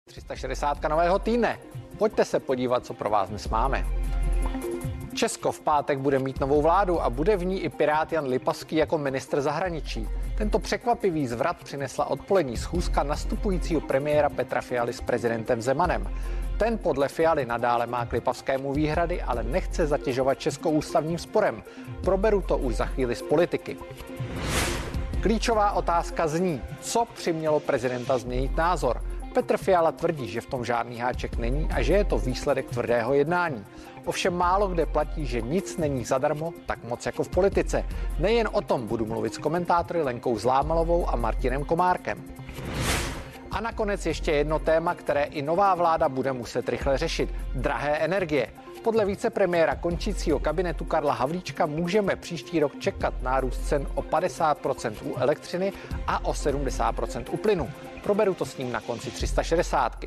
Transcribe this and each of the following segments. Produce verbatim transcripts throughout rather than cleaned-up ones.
tři sta šedesát nového týdne. Pojďte se podívat, co pro vás dnes máme. Česko v pátek bude mít novou vládu a bude v ní i Pirát Jan Lipavský jako ministr zahraničí. Tento překvapivý zvrat přinesla odpolední schůzka nastupujícího premiéra Petra Fialy s prezidentem Zemanem. Ten podle Fialy nadále má k Lipavskému výhrady, ale nechce zatěžovat Česko ústavním sporem. Proberu to už za chvíli z politiky. Klíčová otázka zní, co přimělo prezidenta změnit názor. Petr Fiala tvrdí, že v tom žádný háček není a že je to výsledek tvrdého jednání. Ovšem málo kde platí, že nic není zadarmo, tak moc jako v politice. Nejen o tom budu mluvit s komentátory Lenkou Zlámalovou a Martinem Komárkem. A nakonec ještě jedno téma, které i nová vláda bude muset rychle řešit. Drahé energie. Podle vicepremiéra končícího kabinetu Karla Havlíčka můžeme příští rok čekat nárůst cen o padesát procent u elektřiny a o sedmdesát procent u plynu. Proberu to s ním na konci tři sta šedesát.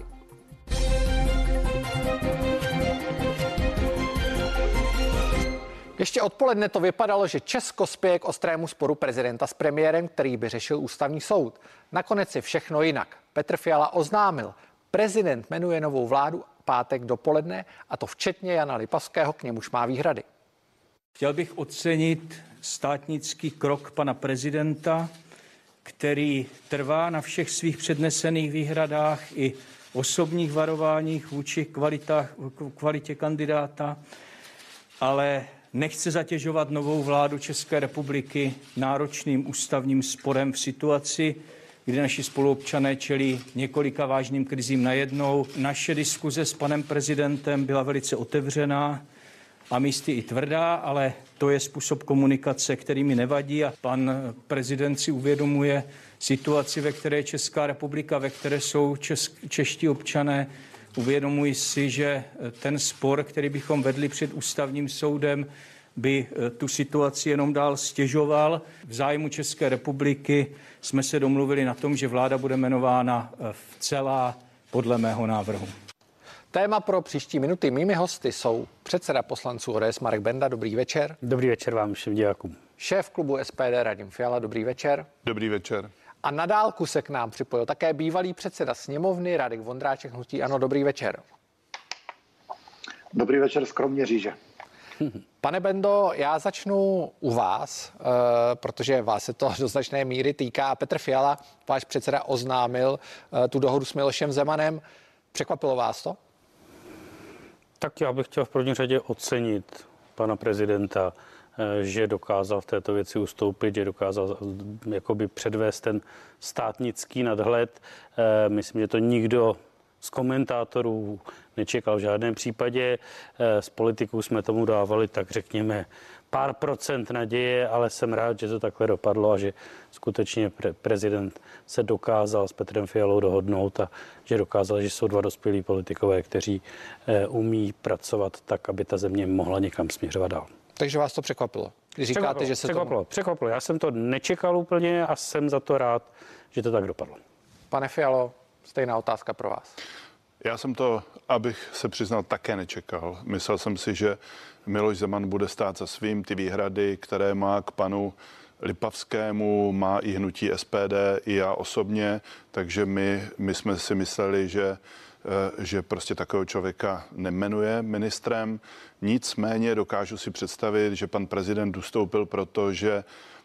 Ještě odpoledne to vypadalo, že Česko spěje k ostrému sporu prezidenta s premiérem, který by řešil ústavní soud. Nakonec je všechno jinak. Petr Fiala oznámil, prezident jmenuje novou vládu pátek dopoledne, a to včetně Jana Lipavského, k němuž má výhrady. Chtěl bych ocenit státnický krok pana prezidenta, který trvá na všech svých přednesených výhradách i osobních varováních vůči kvalitách, kvalitě kandidáta, ale nechce zatěžovat novou vládu České republiky náročným ústavním sporem v situaci, kdy naši spoluobčané čelí několika vážným krizím najednou. Naše diskuze s panem prezidentem byla velice otevřená a místy i tvrdá, ale to je způsob komunikace, který mi nevadí, a pan prezident si uvědomuje situaci, ve které je Česká republika, ve které jsou česk- čeští občané. Uvědomuji si, že ten spor, který bychom vedli před ústavním soudem, by tu situaci jenom dál stěžoval. V zájmu České republiky jsme se domluvili na tom, že vláda bude jmenována v celá podle mého návrhu. Téma pro příští minuty. Mými hosty jsou předseda poslanců O D S Marek Benda, dobrý večer. Dobrý večer vám všem divákům. Šéf klubu S P D Radim Fiala, dobrý večer. Dobrý večer. A na dálku se k nám připojil také bývalý předseda sněmovny Radek Vondráček, hnutí ANO, dobrý večer. Dobrý večer z Kroměříže. Pane Bendo, já začnu u vás, protože vás se to do značné míry týká. Petr Fiala, váš předseda, oznámil tu dohodu s Milošem Zemanem. Překvapilo vás to? Tak já bych chtěl v první řadě ocenit pana prezidenta, že dokázal v této věci ustoupit, že dokázal jakoby předvést ten státnický nadhled. Myslím, že to nikdo z komentátorů nečekal v žádném případě. Z politiků jsme tomu dávali, tak řekněme, pár procent naděje, ale jsem rád, že to takhle dopadlo a že skutečně pre- prezident se dokázal s Petrem Fialou dohodnout a že dokázal, že jsou dva dospělí politikové, kteří eh, umí pracovat tak, aby ta země mohla někam směřovat dál. Takže vás to překvapilo? Když říkáte, překvapilo, že se překvapilo, tomu... překvapilo. Já jsem to nečekal úplně a jsem za to rád, že to tak dopadlo. Pane Fialo, stejná otázka pro vás. Já jsem to, abych se přiznal, také nečekal. Myslel jsem si, že Miloš Zeman bude stát za svým, ty výhrady, které má k panu Lipavskému, má i hnutí S P D, i já osobně, takže my, my jsme si mysleli, že, že prostě takového člověka nemenuje ministrem. Nicméně dokážu si představit, že pan prezident ustoupil, protože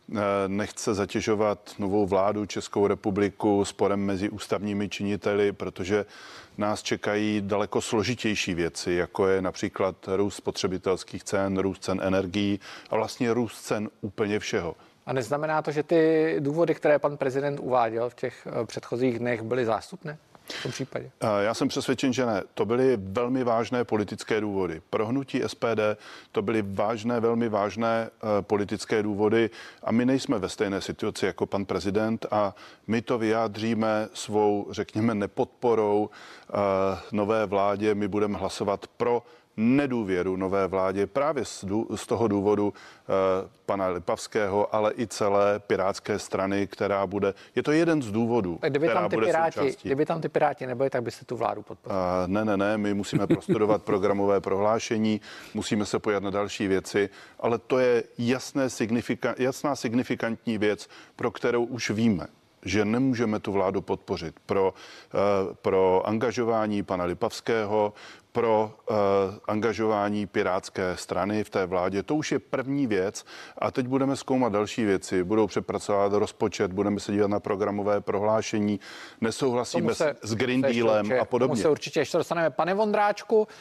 nechce zatěžovat novou vládu Českou republiku sporem mezi ústavními činiteli, protože nás čekají daleko složitější věci, jako je například růst spotřebitelských cen, růst cen energií a vlastně růst cen úplně všeho. A neznamená to, že ty důvody, které pan prezident uváděl v těch předchozích dnech, byly zástupné v tom případě? Já jsem přesvědčen, že ne. To byly velmi vážné politické důvody. Pro hnutí S P D to byly vážné, velmi vážné uh, politické důvody a my nejsme ve stejné situaci jako pan prezident a my to vyjádříme svou, řekněme, nepodporou uh, nové vládě. My budeme hlasovat pro nedůvěru nové vládě právě z, z toho důvodu eh, pana Lipavského, ale i celé pirátské strany, která bude, je to jeden z důvodů, tak kdyby která tam ty bude piráti, součástí. Kdyby tam ty piráti nebyli, tak byste tu vládu podpořili. Uh, ne, ne, ne, my musíme prostudovat programové prohlášení, musíme se pojat na další věci, ale to je jasné, signifika, jasná signifikantní věc, pro kterou už víme, že nemůžeme tu vládu podpořit pro, pro angažování pana Lipavského, pro uh, angažování pirátské strany v té vládě. To už je první věc a teď budeme zkoumat další věci. Budou přepracovat rozpočet, budeme se dívat na programové prohlášení, nesouhlasíme se, s Green Dealem a podobně. Tomu se určitě ještě dostaneme. Pane Vondráčku, uh,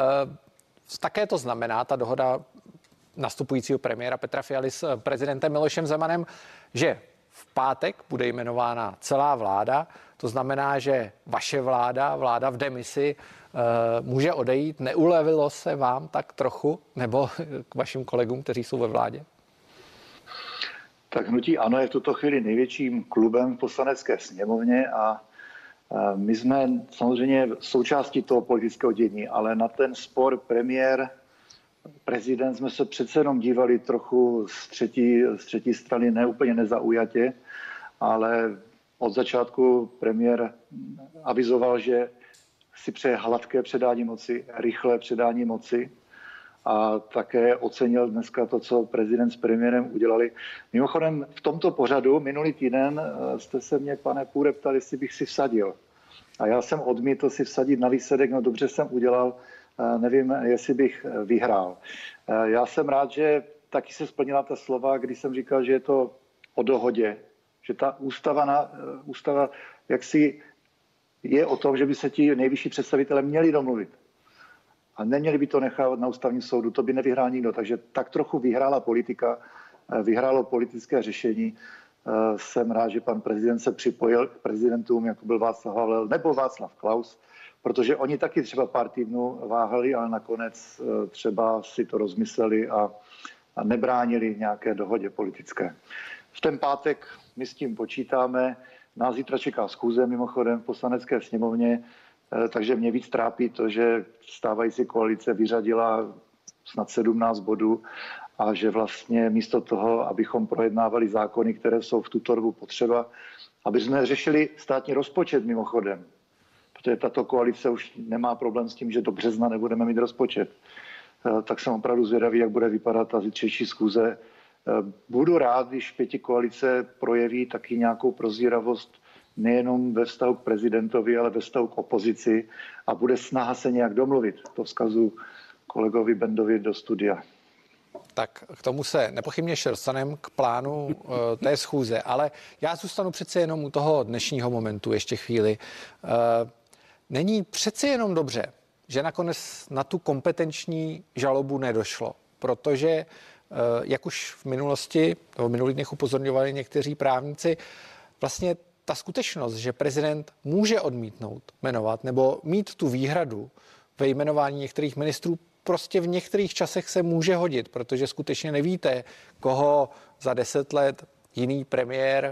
také to znamená ta dohoda nastupujícího premiéra Petra Fialy s prezidentem Milošem Zemanem, že v pátek bude jmenována celá vláda. To znamená, že vaše vláda, vláda v demisi, může odejít. Neulevilo se vám tak trochu, nebo k vašim kolegům, kteří jsou ve vládě? Tak hnutí ANO je v tuto chvíli největším klubem v Poslanecké sněmovně a my jsme samozřejmě součástí toho politického dění, ale na ten spor premiér, prezident jsme se přece jenom dívali trochu z třetí, z třetí strany, ne úplně nezaujatě, ale od začátku premiér avizoval, že si přeje hladké předání moci, rychlé předání moci a také ocenil dneska to, co prezident s premiérem udělali. Mimochodem v tomto pořadu minulý týden jste se mě, pane Půre, ptali, jestli bych si vsadil. A já jsem odmítl si vsadit na výsledek, no dobře jsem udělal, nevím, jestli bych vyhrál. Já jsem rád, že taky se splnila ta slova, když jsem říkal, že je to o dohodě, že ta ústava, na, ústava jaksi je o tom, že by se ti nejvyšší představitelé měli domluvit. A neměli by to nechávat na ústavním soudu, to by nevyhrál nikdo. Takže tak trochu vyhrála politika, vyhrálo politické řešení. Jsem rád, že pan prezident se připojil k prezidentům, jako byl Václav Havel nebo Václav Klaus, protože oni taky třeba pár týdnů váhali, ale nakonec třeba si to rozmysleli a, a nebránili nějaké dohodě politické. V ten pátek my s tím počítáme. Nás zítra čeká schůze mimochodem v Poslanecké sněmovně, takže mě víc trápí to, že stávající koalice vyřadila snad sedmnáct bodů a že vlastně místo toho, abychom projednávali zákony, které jsou v tuto dobu potřeba, aby jsme řešili státní rozpočet mimochodem, protože tato koalice už nemá problém s tím, že do března nebudeme mít rozpočet. Tak jsem opravdu zvědavý, jak bude vypadat ta zítřejší schůze. Budu rád, když pěti koalice projeví taky nějakou prozíravost nejenom ve vztahu k prezidentovi, ale ve vztahu k opozici a bude snaha se nějak domluvit. To vzkazu kolegovi Bendovi do studia. Tak k tomu se nepochybně ještě dostaneme k plánu uh, té schůze, ale já zůstanu přece jenom u toho dnešního momentu ještě chvíli. Uh, není přece jenom dobře, že nakonec na tu kompetenční žalobu nedošlo, protože jak už v minulosti nebo v minulých dnech upozorňovali někteří právníci, vlastně ta skutečnost, že prezident může odmítnout jmenovat nebo mít tu výhradu ve jmenování některých ministrů, prostě v některých časech se může hodit, protože skutečně nevíte, koho za deset let jiný premiér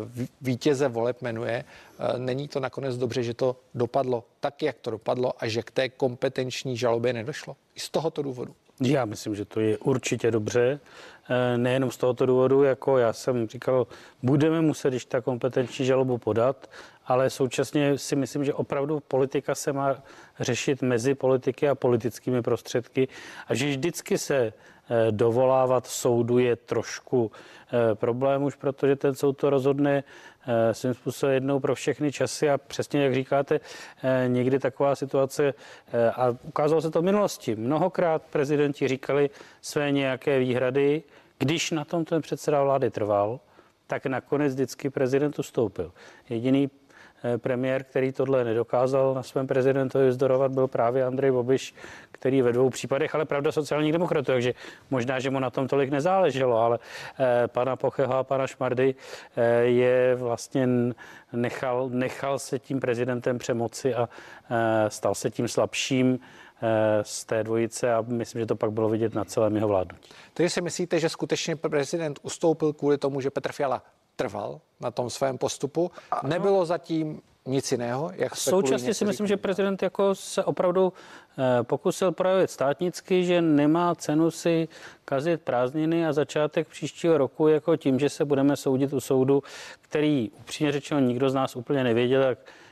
vítěze voleb jmenuje. Není to nakonec dobře, že to dopadlo tak, jak to dopadlo a že k té kompetenční žalobě nedošlo. I z tohoto důvodu. Já myslím, že to je určitě dobře. Nejenom z tohoto důvodu, jako já jsem říkal, budeme muset, když ta kompetenční žalobu podat, ale současně si myslím, že opravdu politika se má řešit mezi politiky a politickými prostředky a že vždycky se dovolávat soudu je trošku problém už, protože ten soud to rozhodne svým způsobem jednou pro všechny časy a přesně jak říkáte, někdy taková situace a ukázalo se to v minulosti. Mnohokrát prezidenti říkali své nějaké výhrady, když na tom ten předseda vlády trval, tak nakonec vždycky prezident ustoupil. Jediný premiér, který tohle nedokázal na svém prezidentovi vzdorovat, byl právě Andrej Babiš, který ve dvou případech, ale pravda sociálních demokratů, takže možná, že mu na tom tolik nezáleželo, ale eh, pana Pocheho a pana Šmardy eh, je vlastně nechal, nechal se tím prezidentem přemoci a eh, stal se tím slabším eh, z té dvojice a myslím, že to pak bylo vidět na celém jeho vládnutí. Takže si myslíte, že skutečně prezident ustoupil kvůli tomu, že Petr Fiala trval na tom svém postupu? Nebylo zatím nic jiného? Jak současně si myslím, že prezident jako se opravdu eh, pokusil projevit státnicky, že nemá cenu si kazit prázdniny a začátek příštího roku jako tím, že se budeme soudit u soudu, který upřímně řečeno nikdo z nás úplně nevěděl, jak,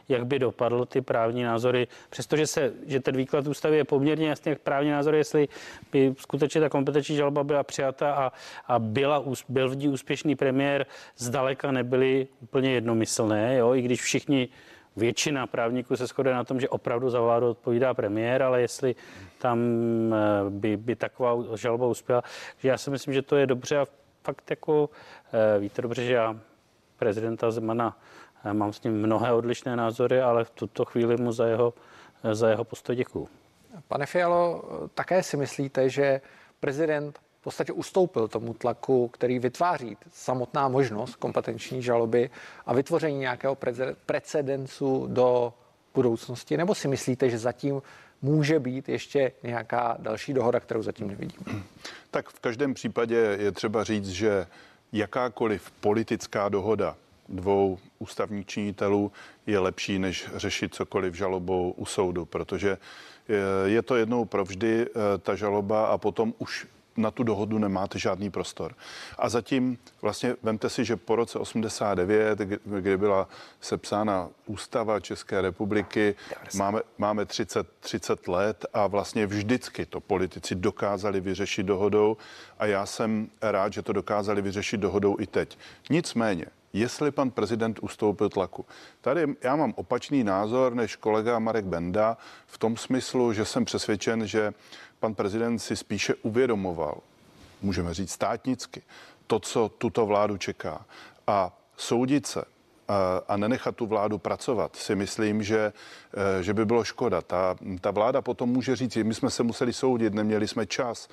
jak by dopadl ty právní názory, přestože se, že ten výklad ústavy je poměrně jasný, jak právní názory, jestli by skutečně ta kompetenční žaloba byla přijata a, a byla, byl v ní úspěšný premiér, zdaleka nebyly úplně jednomyslné, jo, i když všichni většina právníků se shoduje na tom, že opravdu za vládu odpovídá premiér, ale jestli tam by, by taková žaloba uspěla, že já si myslím, že to je dobře a fakt jako víte dobře, že já prezidenta Zemana mám s ním mnohé odlišné názory, ale v tuto chvíli mu za jeho, za jeho postoj děkuju. Pane Fialo, také si myslíte, že prezident v podstatě ustoupil tomu tlaku, který vytváří samotná možnost kompetenční žaloby a vytvoření nějakého precedencu do budoucnosti? Nebo si myslíte, že zatím může být ještě nějaká další dohoda, kterou zatím nevidíme? Tak v každém případě je třeba říct, že jakákoliv politická dohoda dvou ústavních činitelů je lepší, než řešit cokoliv žalobou u soudu, protože je to jednou provždy ta žaloba a potom už na tu dohodu nemáte žádný prostor. A zatím vlastně vemte si, že po roce osmdesát devět, kdy byla sepsána ústava České republiky, máme, máme třicet, třicet let a vlastně vždycky to politici dokázali vyřešit dohodou a já jsem rád, že to dokázali vyřešit dohodou i teď. Nicméně, jestli pan prezident ustoupil tlaku. Tady já mám opačný názor než kolega Marek Benda v tom smyslu, že jsem přesvědčen, že pan prezident si spíše uvědomoval, můžeme říct státnicky, to, co tuto vládu čeká. A soudit se a nenechat tu vládu pracovat, si myslím, že, že by bylo škoda. Ta, ta vláda potom může říct, my jsme se museli soudit, neměli jsme čas,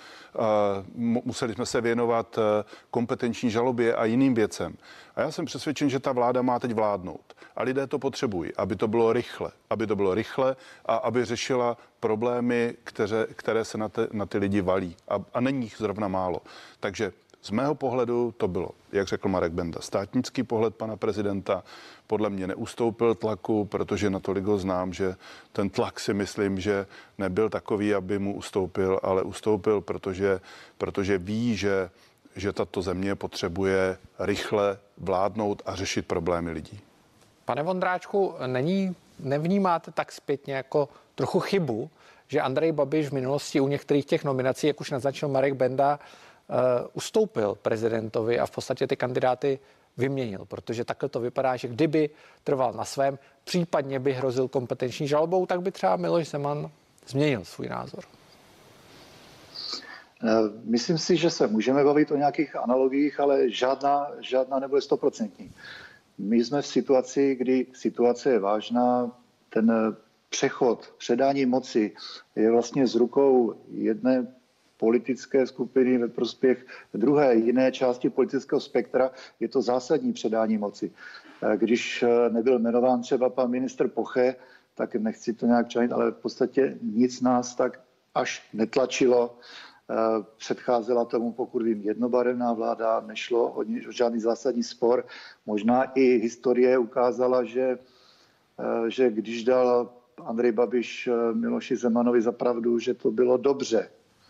museli jsme se věnovat kompetenční žalobě a jiným věcem. A já jsem přesvědčen, že ta vláda má teď vládnout. A lidé to potřebují, aby to bylo rychle, aby to bylo rychle a aby řešila problémy, které, které se na, te, na ty lidi valí. A, a není jich zrovna málo. Takže z mého pohledu to bylo, jak řekl Marek Benda, státnický pohled pana prezidenta. Podle mě neustoupil tlaku, protože natolik ho znám, že ten tlak si myslím, že nebyl takový, aby mu ustoupil, ale ustoupil, protože, protože ví, že, že tato země potřebuje rychle vládnout a řešit problémy lidí. Pane Vondráčku, není, nevnímáte tak zpětně jako trochu chybu, že Andrej Babiš v minulosti u některých těch nominací, jak už naznačil Marek Benda, Uh, ustoupil prezidentovi a v podstatě ty kandidáty vyměnil, protože takhle to vypadá, že kdyby trval na svém, případně by hrozil kompetenční žalobou, tak by třeba Miloš Zeman změnil svůj názor. Myslím si, že se můžeme bavit o nějakých analogiích, ale žádná, žádná nebude stoprocentní. My jsme v situaci, kdy situace je vážná, ten přechod, předání moci je vlastně z rukou jedné politické skupiny ve prospěch druhé, jiné části politického spektra. Je to zásadní předání moci. Když nebyl jmenován třeba pan ministr Poche, tak nechci to nějak čanit, ale v podstatě nic nás tak až netlačilo. Předcházela tomu, pokud vím, jednobarevná vláda, nešlo o žádný zásadní spor. Možná i historie ukázala, že, že když dal Andrej Babiš Miloši Zemanovi za pravdu, že to bylo dobře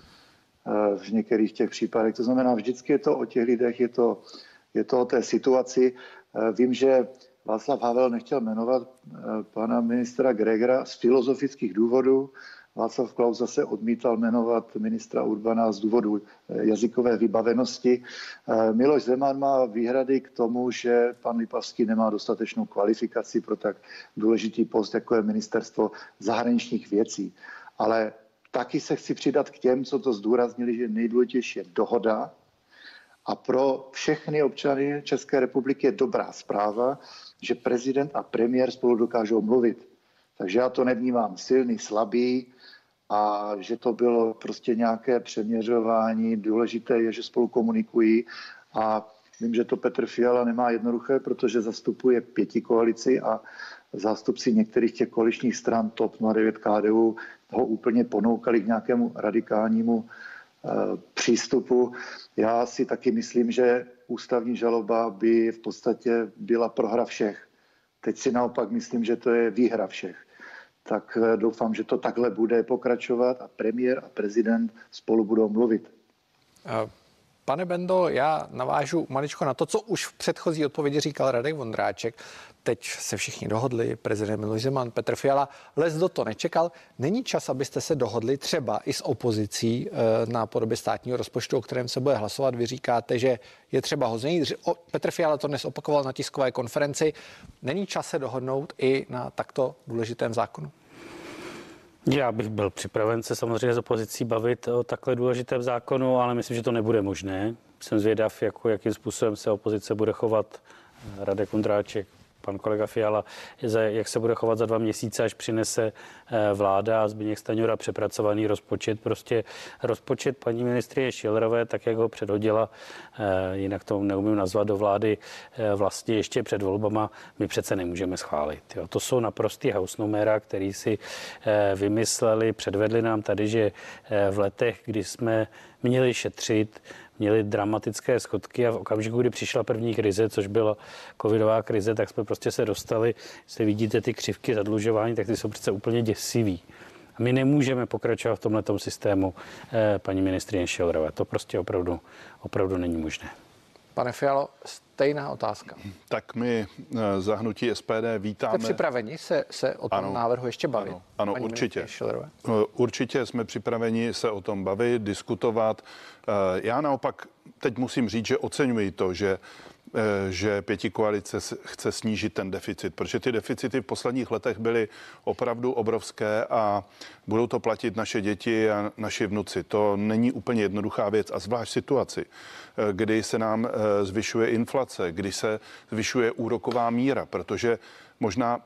v některých těch případech. To znamená, vždycky je to o těch lidech, je to, je to o té situaci. Vím, že Václav Havel nechtěl jmenovat pana ministra Gregora z filozofických důvodů. Václav Klaus zase odmítal jmenovat ministra Urbana z důvodu jazykové vybavenosti. Miloš Zeman má výhrady k tomu, že pan Lipavský nemá dostatečnou kvalifikaci pro tak důležitý post, jako je ministerstvo zahraničních věcí. Ale taky se chci přidat k těm, co to zdůraznili, že nejdůležitější je dohoda a pro všechny občany České republiky je dobrá zpráva, že prezident a premiér spolu dokážou mluvit. Takže já to nevnímám silný, slabý a že to bylo prostě nějaké přeměřování. Důležité je, že spolu komunikují a vím, že to Petr Fiala nemá jednoduché, protože zastupuje pětikoalici a zástupci některých těch koaličních stran TOP nula devět, K D U ho úplně ponoukali k nějakému radikálnímu e, přístupu. Já si taky myslím, že ústavní žaloba by v podstatě byla prohra všech. Teď si naopak myslím, že to je výhra všech. Tak e, doufám, že to takhle bude pokračovat a premiér a prezident spolu budou mluvit. Pane Bendo, já navážu maličko na to, co už v předchozí odpovědi říkal Radek Vondráček. Teď se všichni dohodli, prezident Miloš Zeman, Petr Fiala, Lesdo to nečekal. Není čas, abyste se dohodli třeba i s opozicí na podobě státního rozpočtu, o kterém se bude hlasovat? Vy říkáte, že je třeba ho změnit. Petr Fiala to dnes opakoval na tiskové konferenci. Není čas se dohodnout i na takto důležitém zákonu? Já bych byl připraven se samozřejmě s opozicí bavit o takhle důležitém zákonu, ale myslím, že to nebude možné. Jsem zvědav, jako, jakým způsobem se opozice bude chovat. Radek Vondráček, pan kolega Fiala, jak se bude chovat za dva měsíce, až přinese vláda a Zbyněk Stanjura přepracovaný rozpočet. Prostě rozpočet paní ministryně Schillerové, tak jak ho předhodila, jinak to neumím nazvat, do vlády vlastně ještě před volbama, my přece nemůžeme schválit. Jo. To jsou naprostý hausnumera, který si vymysleli, předvedli nám tady, že v letech, kdy jsme měli šetřit, měli dramatické schodky a v okamžiku, kdy přišla první krize, což byla covidová krize, tak jsme prostě se dostali, jestli vidíte ty křivky zadlužování, tak ty jsou přece úplně děsivý. A my nemůžeme pokračovat v tomhletom systému eh, paní ministryně Schillerové. To prostě opravdu, opravdu není možné. Pane Fialo, stejná otázka. Tak my za hnutí S P D vítáme. Jste připraveni se, se o tom ano, návrhu ještě bavit? Ano, ano určitě. Určitě jsme připraveni se o tom bavit, diskutovat. Já naopak teď musím říct, že oceňuji to, že že pětikoalice chce snížit ten deficit, protože ty deficity v posledních letech byly opravdu obrovské a budou to platit naše děti a naši vnuci. To není úplně jednoduchá věc a zvlášť v situaci, kdy se nám zvyšuje inflace, kdy se zvyšuje úroková míra, protože možná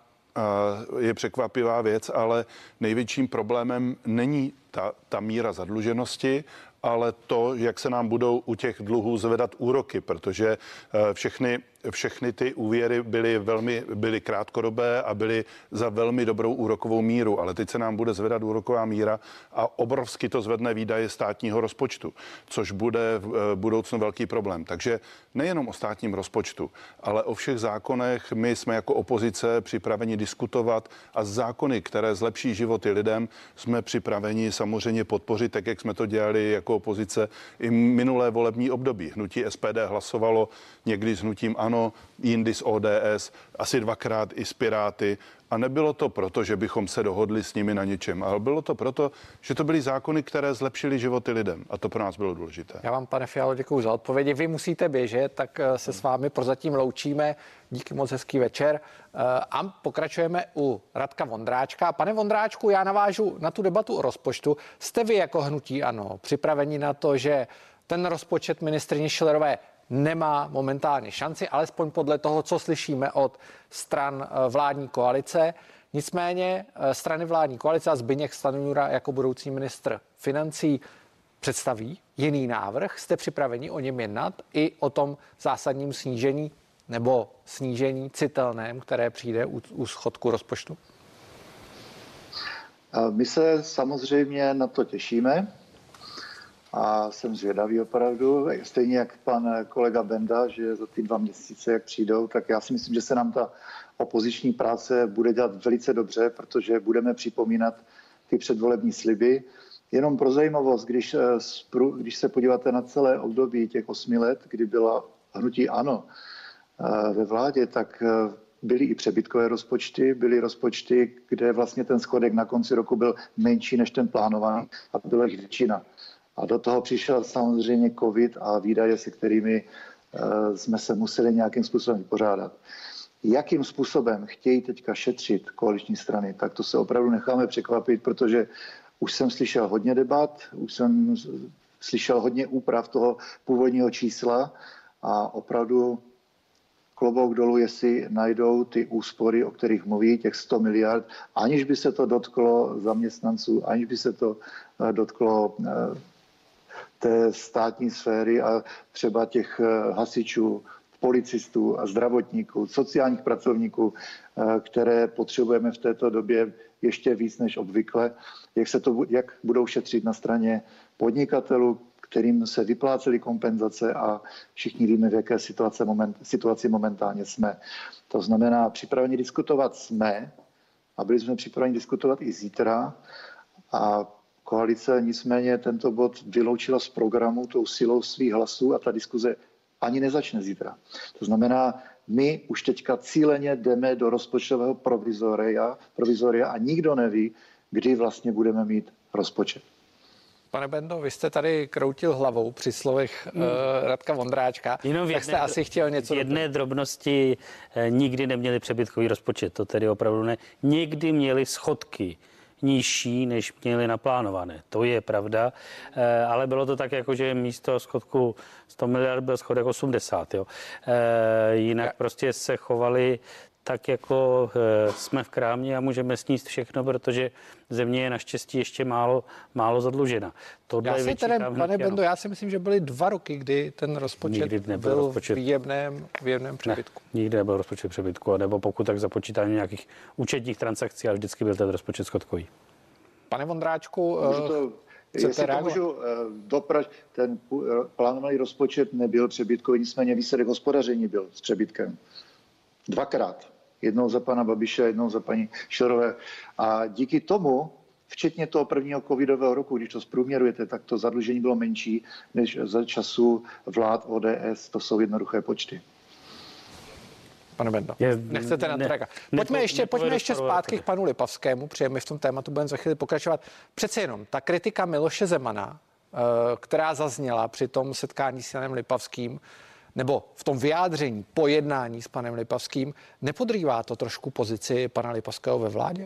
je překvapivá věc, ale největším problémem není ta, ta míra zadluženosti, ale to, jak se nám budou u těch dluhů zvedat úroky, protože všechny, všechny ty úvěry byly velmi byly krátkodobé a byly za velmi dobrou úrokovou míru, ale teď se nám bude zvedat úroková míra a obrovsky to zvedne výdaje státního rozpočtu, což bude v budoucnu velký problém. Takže nejenom o státním rozpočtu, ale o všech zákonech my jsme jako opozice připraveni diskutovat a zákony, které zlepší životy lidem, jsme připraveni samozřejmě podpořit, tak jak jsme to dělali jako opozice i minulé volební období. Hnutí S P D hlasovalo někdy s hnutím ANO, jindy s O D S, asi dvakrát i s Piráty. A nebylo to proto, že bychom se dohodli s nimi na něčem, ale bylo to proto, že to byly zákony, které zlepšily životy lidem. A to pro nás bylo důležité. Já vám, pane Fialo, děkuji za odpovědi. Vy musíte běžet, tak se s vámi prozatím loučíme. Díky moc, hezký večer. A pokračujeme u Radka Vondráčka. Pane Vondráčku, já navážu na tu debatu o rozpočtu. Jste vy jako hnutí ANO připraveni na to, že ten rozpočet ministryně Schillerové nemá momentálně šanci, alespoň podle toho, co slyšíme od stran vládní koalice. Nicméně strany vládní koalice a Zbyněk Stanjura jako budoucí ministr financí představí jiný návrh. Jste připraveni o něm jednat i o tom zásadním snížení nebo snížení citelném, které přijde u, u schodku rozpočtu? My se samozřejmě na to těšíme. A jsem zvědavý opravdu, stejně jak pan kolega Benda, že za ty dva měsíce, jak přijdou, tak já si myslím, že se nám ta opoziční práce bude dělat velice dobře, protože budeme připomínat ty předvolební sliby. Jenom pro zajímavost, když, když se podíváte na celé období těch osmi let, kdy byla hnutí ANO ve vládě, tak byly i přebytkové rozpočty, byly rozpočty, kde vlastně ten schodek na konci roku byl menší než ten plánovaný a byla jich většina. A do toho přišel samozřejmě covid a výdaje, se kterými jsme se museli nějakým způsobem vypořádat. Jakým způsobem chtějí teďka šetřit koaliční strany, tak to se opravdu necháme překvapit, protože už jsem slyšel hodně debat, už jsem slyšel hodně úprav toho původního čísla a opravdu klobouk dolů, jestli najdou ty úspory, o kterých mluví, těch sto miliard, aniž by se to dotklo zaměstnanců, aniž by se to dotklo té státní sféry a třeba těch hasičů, policistů a zdravotníků, sociálních pracovníků, které potřebujeme v této době ještě víc než obvykle, jak, se to, jak budou šetřit na straně podnikatelů, kterým se vyplácely kompenzace a všichni víme, v jaké situace moment, situaci momentálně jsme. To znamená, připraveni diskutovat jsme a byli jsme připraveni diskutovat i zítra a koalice nicméně tento bod vyloučila z programu tou silou svých hlasů a ta diskuze ani nezačne zítra. To znamená, my už teďka cíleně jdeme do rozpočtového provizoria, provizoria a nikdo neví, kdy vlastně budeme mít rozpočet. Pane Bendo, vy jste tady kroutil hlavou při slovech hmm. uh, Radka Vondráčka, Jenom tak jste asi chtěl něco... V jedné doplnit. drobnosti eh, nikdy neměli přebytkový rozpočet, to tedy opravdu ne. Někdy měli schodky nižší, než měli naplánované. To je pravda, eh, ale bylo to tak, jako že místo schodku sto miliard byl schodek osmdesát. Jo. Eh, jinak ja. prostě se chovali tak, jako e, jsme v krámě a můžeme sníst všechno, protože země je naštěstí ještě málo, málo zadlužena. Tohle já si tedy, pane Bendo, já si myslím, že byly dva roky, kdy ten rozpočet byl rozpočet, v jemném, v jemném přebytku. Ne, nikdy nebyl rozpočet přebytku, nebo pokud tak za počítání nějakých účetních transakcí, ale vždycky byl ten rozpočet schodkový. Pane Vondráčku, to, jestli to můžu doprať, ten plánovaný rozpočet nebyl přebytkový, nicméně výsledek hospodaření byl s přebytkem. Dvakrát. Jednou za pana Babiše, jednou za paní Schillerové. A díky tomu, včetně toho prvního covidového roku, když to zprůměrujete, tak to zadlužení bylo menší než za času vlád O D S. To jsou jednoduché počty. Pane Bendo, nechcete na to ne, Pojďme ne, ještě, pojďme ještě zpátky k panu Lipavskému, protože my v tom tématu budeme za chvíli pokračovat. Přece jenom ta kritika Miloše Zemana, která zazněla při tom setkání s Janem Lipavským, nebo v tom vyjádření, pojednání s panem Lipavským, nepodrývá to trošku pozici pana Lipavského ve vládě?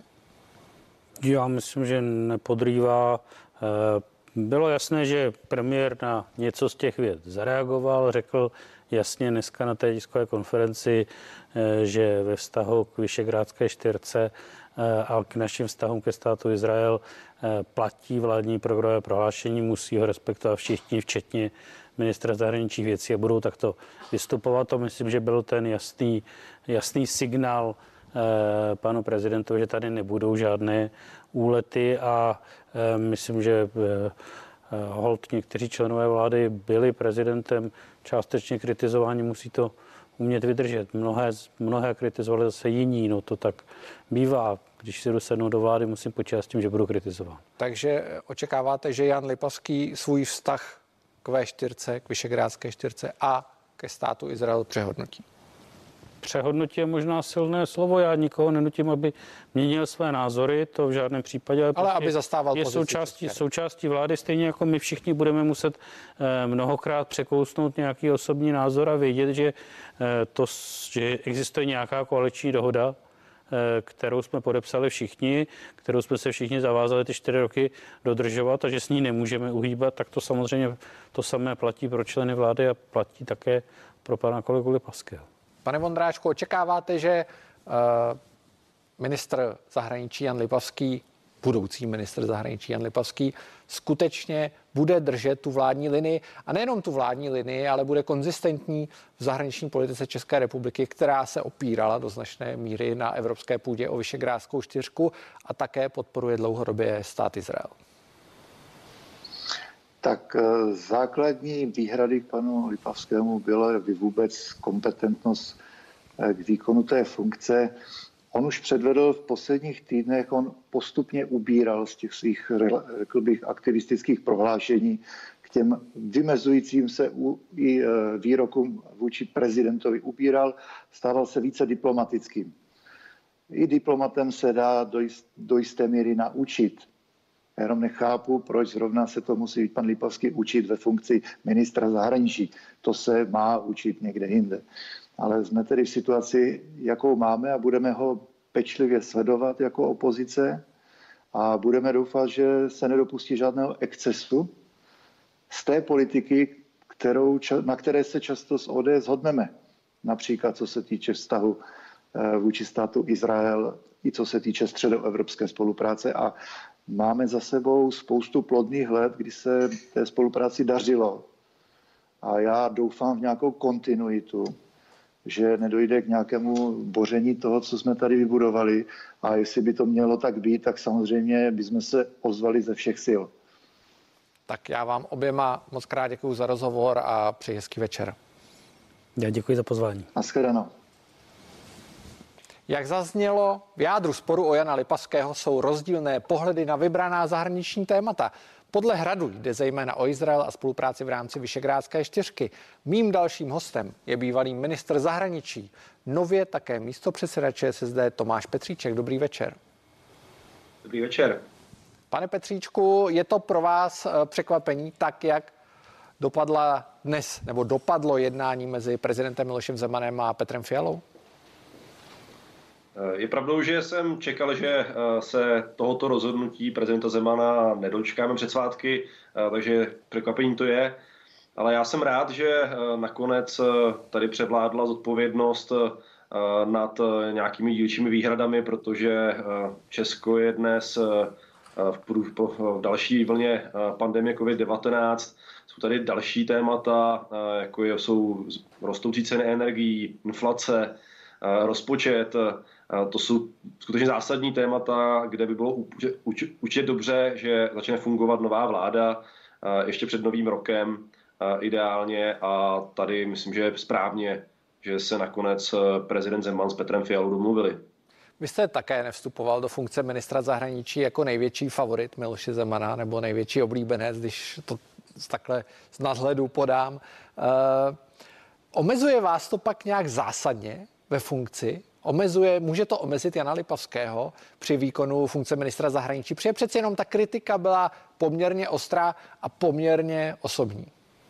Já myslím, že nepodrývá. Bylo jasné, že premiér na něco z těch věc zareagoval, řekl jasně dneska na té tiskové konferenci, že ve vztahu k Visegrádské čtyřce a k našim vztahům ke státu Izrael platí vládní programové prohlášení, musí ho respektovat všichni, včetně ministra zahraničních věcí a budou takto vystupovat. To myslím, že byl ten jasný, jasný signál eh, panu prezidentovi, že tady nebudou žádné úlety a eh, myslím, že eh, holt někteří členové vlády byli prezidentem částečně kritizováni, musí to umět vydržet. Mnohé, mnohé kritizovali zase jiní, no to tak bývá. Když si dosednu do vlády, musím počítat s tím, že budu kritizovat. Takže očekáváte, že Jan Lipavský svůj vztah k vé čtyřce, k Visegrádské čtyřce a ke státu Izrael přehodnotí? Přehodnotí je možná silné slovo. Já nikoho nenutím, aby měnil své názory, to v žádném případě. Ale, ale aby zastával je součástí, součástí vlády, stejně jako my všichni budeme muset eh, mnohokrát překousnout nějaký osobní názor a vědět, že, eh, to, že existuje nějaká koaliční dohoda, kterou jsme podepsali všichni, kterou jsme se všichni zavázali ty čtyři roky dodržovat a že s ní nemůžeme uhýbat, tak to samozřejmě to samé platí pro členy vlády a platí také pro pana kolegu Lipavského. Pane Vondráčku, očekáváte, že uh, ministr zahraničí Jan Lipavský, budoucí ministr zahraničí Jan Lipavský, skutečně bude držet tu vládní linii a nejenom tu vládní linii, ale bude konzistentní v zahraniční politice České republiky, která se opírala do značné míry na evropské půdě o Visegrádskou čtyřku a také podporuje dlouhodobě stát Izrael? Tak základní výhrady k panu Lipavskému byla vůbec kompetentnost k výkonu té funkce. On už předvedl v posledních týdnech, on postupně ubíral z těch svých, řekl bych, aktivistických prohlášení k těm vymezujícím se i výrokům vůči prezidentovi ubíral, stával se více diplomatickým. I diplomatem se dá do, jist, do jisté míry naučit. Já jenom nechápu, proč zrovna se to musí pan Lipavský učit ve funkci ministra zahraničí. To se má učit někde jinde. Ale jsme tedy v situaci, jakou máme a budeme ho pečlivě sledovat jako opozice a budeme doufat, že se nedopustí žádného excesu z té politiky, kterou, na které se často s O D S shodneme. Například co se týče vztahu vůči státu Izrael i co se týče středoevropské spolupráce a máme za sebou spoustu plodných let, kdy se té spolupráci dařilo. A já doufám v nějakou kontinuitu, že nedojde k nějakému boření toho, co jsme tady vybudovali. A jestli by to mělo tak být, tak samozřejmě bychom se ozvali ze všech sil. Tak já vám oběma moc krát děkuji za rozhovor a přeji hezký večer. Já děkuji za pozvání. Naschledanou. Jak zaznělo, v jádru sporu o Jana Lipavského jsou rozdílné pohledy na vybraná zahraniční témata. Podle Hradu jde zejména o Izrael a spolupráci v rámci Visegrádské čtyřky. Mým dalším hostem je bývalý ministr zahraničí, nově také místopředseda ČSSD Tomáš Petříček. Dobrý večer. Dobrý večer. Pane Petříčku, je to pro vás překvapení, tak jak dopadla dnes, nebo dopadlo jednání mezi prezidentem Milošem Zemanem a Petrem Fialou? Je pravdou, že jsem čekal, že se tohoto rozhodnutí prezidenta Zemana nedočkáme před svátky, takže překvapení to je. Ale já jsem rád, že nakonec tady převládla zodpovědnost nad nějakými dílčími výhradami, protože Česko je dnes v další vlně pandemie covid devatenáct. Jsou tady další témata, jako jsou rostoucí ceny energií, inflace, rozpočet. To jsou skutečně zásadní témata, kde by bylo určitě dobře, že začne fungovat nová vláda ještě před novým rokem ideálně, a tady myslím, že je správně, že se nakonec prezident Zeman s Petrem Fialou domluvili. Vy jste také nevstupoval do funkce ministra zahraničí jako největší favorit Miloše Zemana nebo největší oblíbenec, když to takhle z nadhledu podám. E, omezuje vás to pak nějak zásadně ve funkci? Omezuje, může to omezit Jana Lipavského při výkonu funkce ministra zahraničí? Protože přeci jenom ta kritika byla poměrně ostrá a poměrně osobní.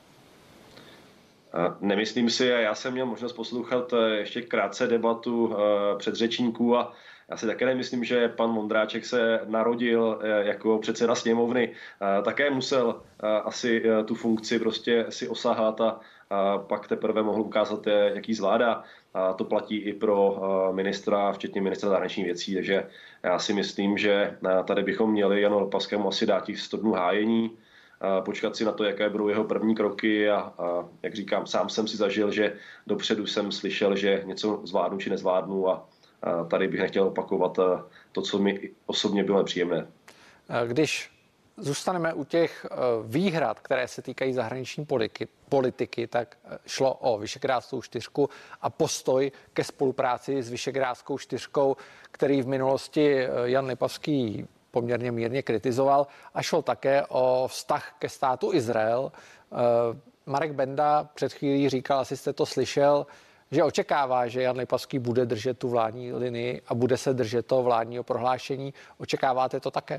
Nemyslím si, a já jsem měl možnost poslouchat ještě krátce debatu předřečníků a já si také nemyslím, že pan Vondráček se narodil jako předseda sněmovny. Také musel asi tu funkci prostě si osahat a pak teprve mohl ukázat, jaký zvládá. A to platí i pro ministra, včetně ministra zahraničních věcí. Takže já si myslím, že tady bychom měli Janu Lipavskému asi dát těch sto dnů hájení, počkat si na to, jaké budou jeho první kroky a, a jak říkám, sám jsem si zažil, že dopředu jsem slyšel, že něco zvládnu či nezvládnu a, a tady bych nechtěl opakovat to, co mi osobně bylo nepříjemné. Když zůstaneme u těch výhrad, které se týkají zahraniční politiky, politiky, tak šlo o Visegrádskou čtyřku a postoj ke spolupráci s Visegrádskou čtyřkou, který v minulosti Jan Lipavský poměrně mírně kritizoval, a šlo také o vztah ke státu Izrael. Marek Benda před chvílí říkal, asi jste to slyšel, že očekává, že Jan Lipavský bude držet tu vládní linii a bude se držet toho vládního prohlášení. Očekáváte to také?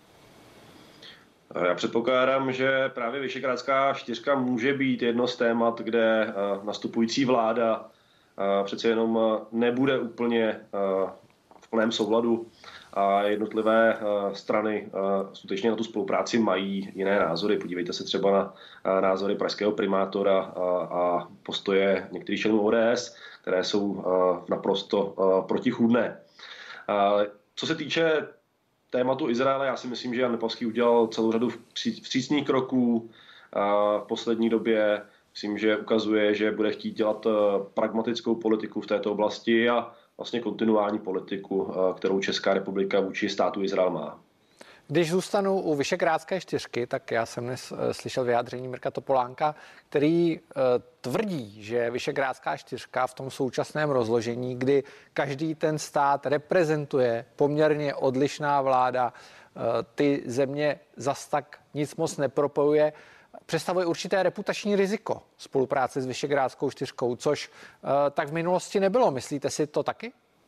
Já předpokládám, že právě Visegrádská čtyřka může být jedno z témat, kde nastupující vláda přece jenom nebude úplně v plném souladu a jednotlivé strany skutečně na tu spolupráci mají jiné názory. Podívejte se třeba na názory pražského primátora a postoje některých členů O D S, které jsou naprosto protichůdné. Co se týče tématu Izraele, já si myslím, že Jan Lipavský udělal celou řadu vstřícných kroků v poslední době. Myslím, že ukazuje, že bude chtít dělat pragmatickou politiku v této oblasti a vlastně kontinuální politiku, kterou Česká republika vůči státu Izrael má. Když zůstanu u Visegrádské čtyřky, tak já jsem dnes slyšel vyjádření Mirka Topolánka, který tvrdí, že Visegrádská čtyřka v tom současném rozložení, kdy každý ten stát reprezentuje poměrně odlišná vláda, ty země zas tak nic moc nepropojuje, představuje určité reputační riziko spolupráce s Visegrádskou čtyřkou, což tak v minulosti nebylo. Myslíte si to taky?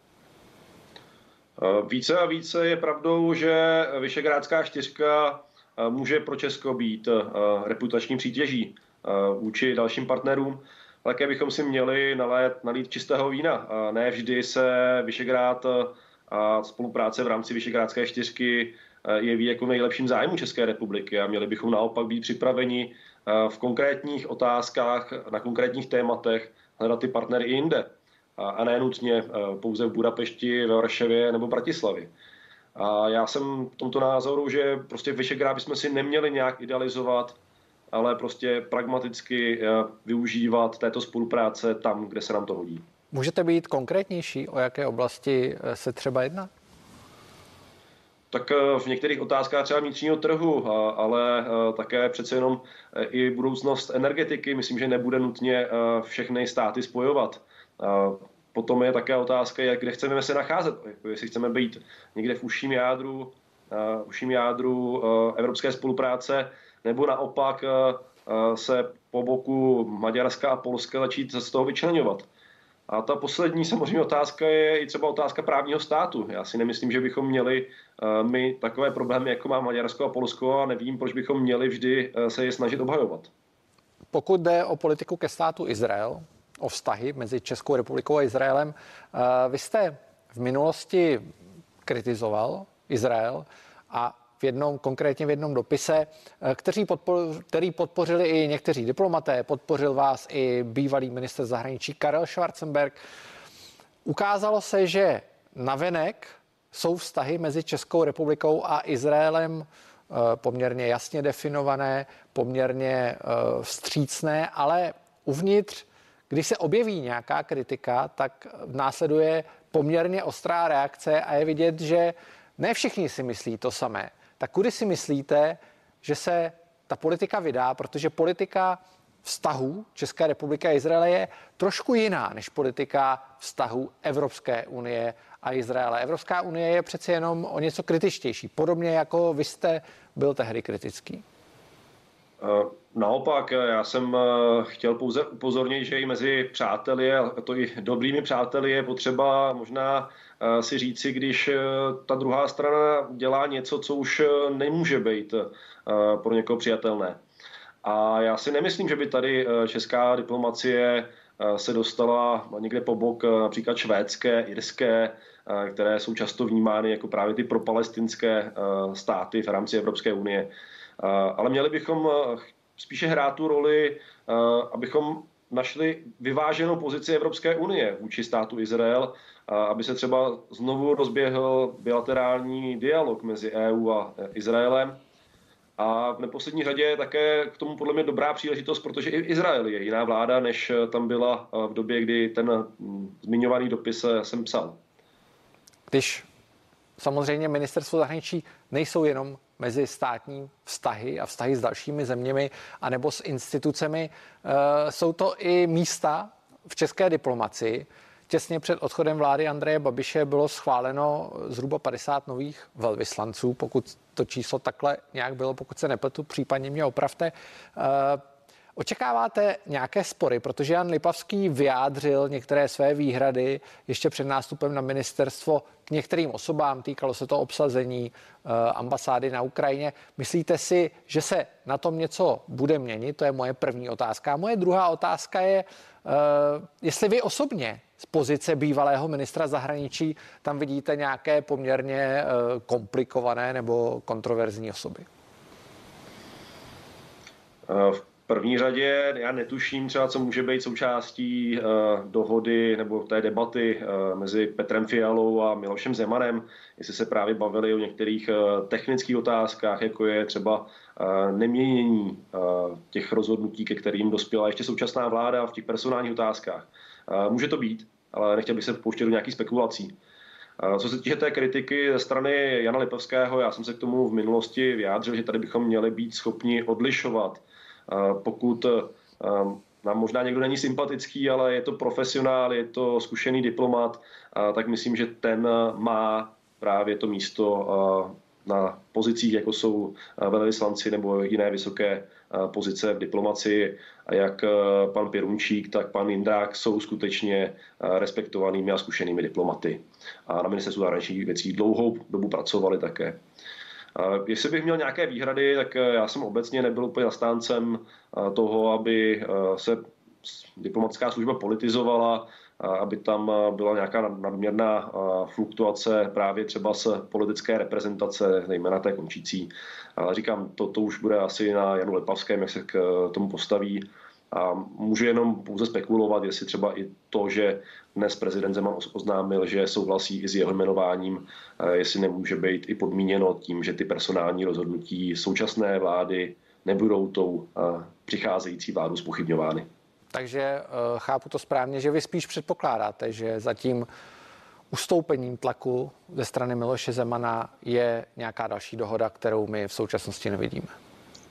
Více a více je pravdou, že Visegrádská čtyřka může pro Česko být reputační přítěží vůči dalším partnerům. Také bychom si měli nalít, nalít čistého vína. Ne vždy se Visegrád a spolupráce v rámci Visegrádské čtyřky jeví jako nejlepším zájmu České republiky a měli bychom naopak být připraveni v konkrétních otázkách, na konkrétních tématech hledat ty partnery i jinde. A ne nutně pouze v Budapešti, ve Varšavě nebo Bratislavě. A já jsem v tomto názoru, že prostě Visegrád bychom si neměli nějak idealizovat, ale prostě pragmaticky využívat této spolupráce tam, kde se nám to hodí. Můžete být konkrétnější, o jaké oblasti se třeba jedná? Tak v některých otázkách třeba vnitřního trhu, ale také přece jenom i budoucnost energetiky. Myslím, že nebude nutně všechny státy spojovat. potom je také otázka, jak, kde chceme se nacházet. Jestli chceme být někde v užším jádru, uh, užším jádru uh, evropské spolupráce, nebo naopak uh, se po boku Maďarska a Polska začít z toho vyčleňovat. A ta poslední samozřejmě otázka je i třeba otázka právního státu. Já si nemyslím, že bychom měli uh, my takové problémy, jako má Maďarsko a Polsko, a nevím, proč bychom měli vždy uh, se je snažit obhajovat. Pokud jde o politiku ke státu Izrael, o vztahy mezi Českou republikou a Izraelem, uh, vy jste v minulosti kritizoval Izrael a v jednom, konkrétně v jednom dopise, který, podpor, který podpořili i někteří diplomaté, podpořil vás i bývalý ministr zahraničí Karel Schwarzenberg. Ukázalo se, že navenek jsou vztahy mezi Českou republikou a Izraelem poměrně jasně definované, poměrně vstřícné, ale uvnitř, když se objeví nějaká kritika, tak následuje poměrně ostrá reakce a je vidět, že ne všichni si myslí to samé. Tak kudy si myslíte, že se ta politika vydá, protože politika vztahů České republiky a Izraele je trošku jiná než politika vztahů Evropské unie a Izraele. Evropská unie je přece jenom o něco kritičtější, podobně jako vy jste byl tehdy kritický. Naopak, já jsem chtěl pouze upozornit, že i mezi přáteli, a to i dobrými přáteli, je potřeba možná si říci, když ta druhá strana dělá něco, co už nemůže být pro někoho přijatelné. A já si nemyslím, že by tady česká diplomacie se dostala někde po bok například švédské, irské, které jsou často vnímány jako právě ty propalestinské státy v rámci Evropské unie. Ale měli bychom spíše hrát tu roli, abychom našli vyváženou pozici Evropské unie vůči státu Izrael, aby se třeba znovu rozběhl bilaterální dialog mezi E U a Izraelem. A v neposlední řadě je také k tomu podle mě dobrá příležitost, protože i Izrael je jiná vláda, než tam byla v době, kdy ten zmiňovaný dopis jsem psal. Když samozřejmě ministerstvo zahraničí nejsou jenom mezi státní vztahy a vztahy s dalšími zeměmi anebo s institucemi, jsou to i místa v české diplomacii. Těsně před odchodem vlády Andreje Babiše bylo schváleno zhruba padesát nových velvyslanců, pokud to číslo takhle nějak bylo, pokud se nepletu, případně mě opravte. Očekáváte nějaké spory, protože Jan Lipavský vyjádřil některé své výhrady ještě před nástupem na ministerstvo k některým osobám, týkalo se to obsazení ambasády na Ukrajině. Myslíte si, že se na tom něco bude měnit? To je moje první otázka. A moje druhá otázka je, jestli vy osobně z pozice bývalého ministra zahraničí tam vidíte nějaké poměrně komplikované nebo kontroverzní osoby. V první řadě já netuším třeba, co může být součástí uh, dohody nebo té debaty uh, mezi Petrem Fialou a Milošem Zemanem, jestli se právě bavili o některých uh, technických otázkách, jako je třeba uh, neměnění uh, těch rozhodnutí, ke kterým dospěla ještě současná vláda v těch personálních otázkách. Uh, může to být, ale nechtěl bych se pouštět do nějakých spekulací. Uh, co se týče té kritiky ze strany Jana Lipavského, já jsem se k tomu v minulosti vyjádřil, že tady bychom měli být schopni odlišovat. Pokud nám možná někdo není sympatický, ale je to profesionál, je to zkušený diplomat, tak myslím, že ten má právě to místo na pozicích, jako jsou velvyslanci nebo jiné vysoké pozice v diplomacii. A jak pan Pirunčík, tak pan Jindrák jsou skutečně respektovanými a zkušenými diplomaty. A na ministerstvu zahraničních věcí dlouhou dobu pracovali také. Jestli bych měl nějaké výhrady, tak já jsem obecně nebyl úplně zastáncem toho, aby se diplomatická služba politizovala, aby tam byla nějaká nadměrná fluktuace právě třeba z politické reprezentace, zejména té končící. Ale říkám, to, to už bude asi na Janu Lipavském, jak se k tomu postaví. A můžu jenom pouze spekulovat, jestli třeba i to, že dnes prezident Zeman oznámil, že souhlasí i s jeho jmenováním, jestli nemůže být i podmíněno tím, že ty personální rozhodnutí současné vlády nebudou tou přicházející vládu zpochybňovány. Takže chápu to správně, že vy spíš předpokládáte, že za tím ustoupením tlaku ze strany Miloše Zemana je nějaká další dohoda, kterou my v současnosti nevidíme.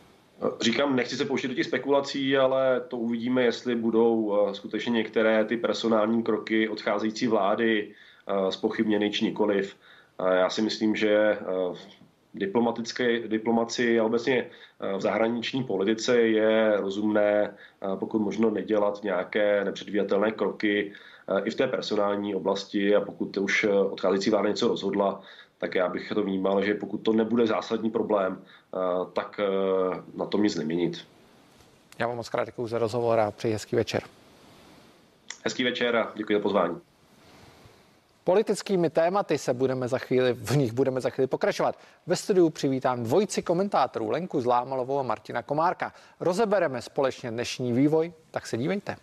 Říkám, nechci se pouštět do těch spekulací, ale to uvidíme, jestli budou skutečně některé ty personální kroky odcházející vlády zpochybněny či nikoliv. Já si myslím, že diplomatické diplomaci a obecně v zahraniční politice je rozumné, pokud možno nedělat nějaké nepředvídatelné kroky i v té personální oblasti, a pokud už odcházející vláda něco rozhodla, tak já bych to vnímal, že pokud to nebude zásadní problém, tak na tom nic neměnit. Já vám moc krát děkuji za rozhovor a přeji hezký večer. Hezký večer a děkuji za pozvání. Politickými tématy se budeme za chvíli, v nich budeme za chvíli pokračovat. Ve studiu přivítám dvojici komentátorů Lenku Zlámalovou a Martina Komárka. Rozebereme společně dnešní vývoj, tak se dívejte.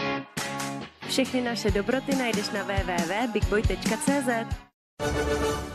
Všechny naše dobroty najdeš na w w w tečka bigboy tečka cé zet.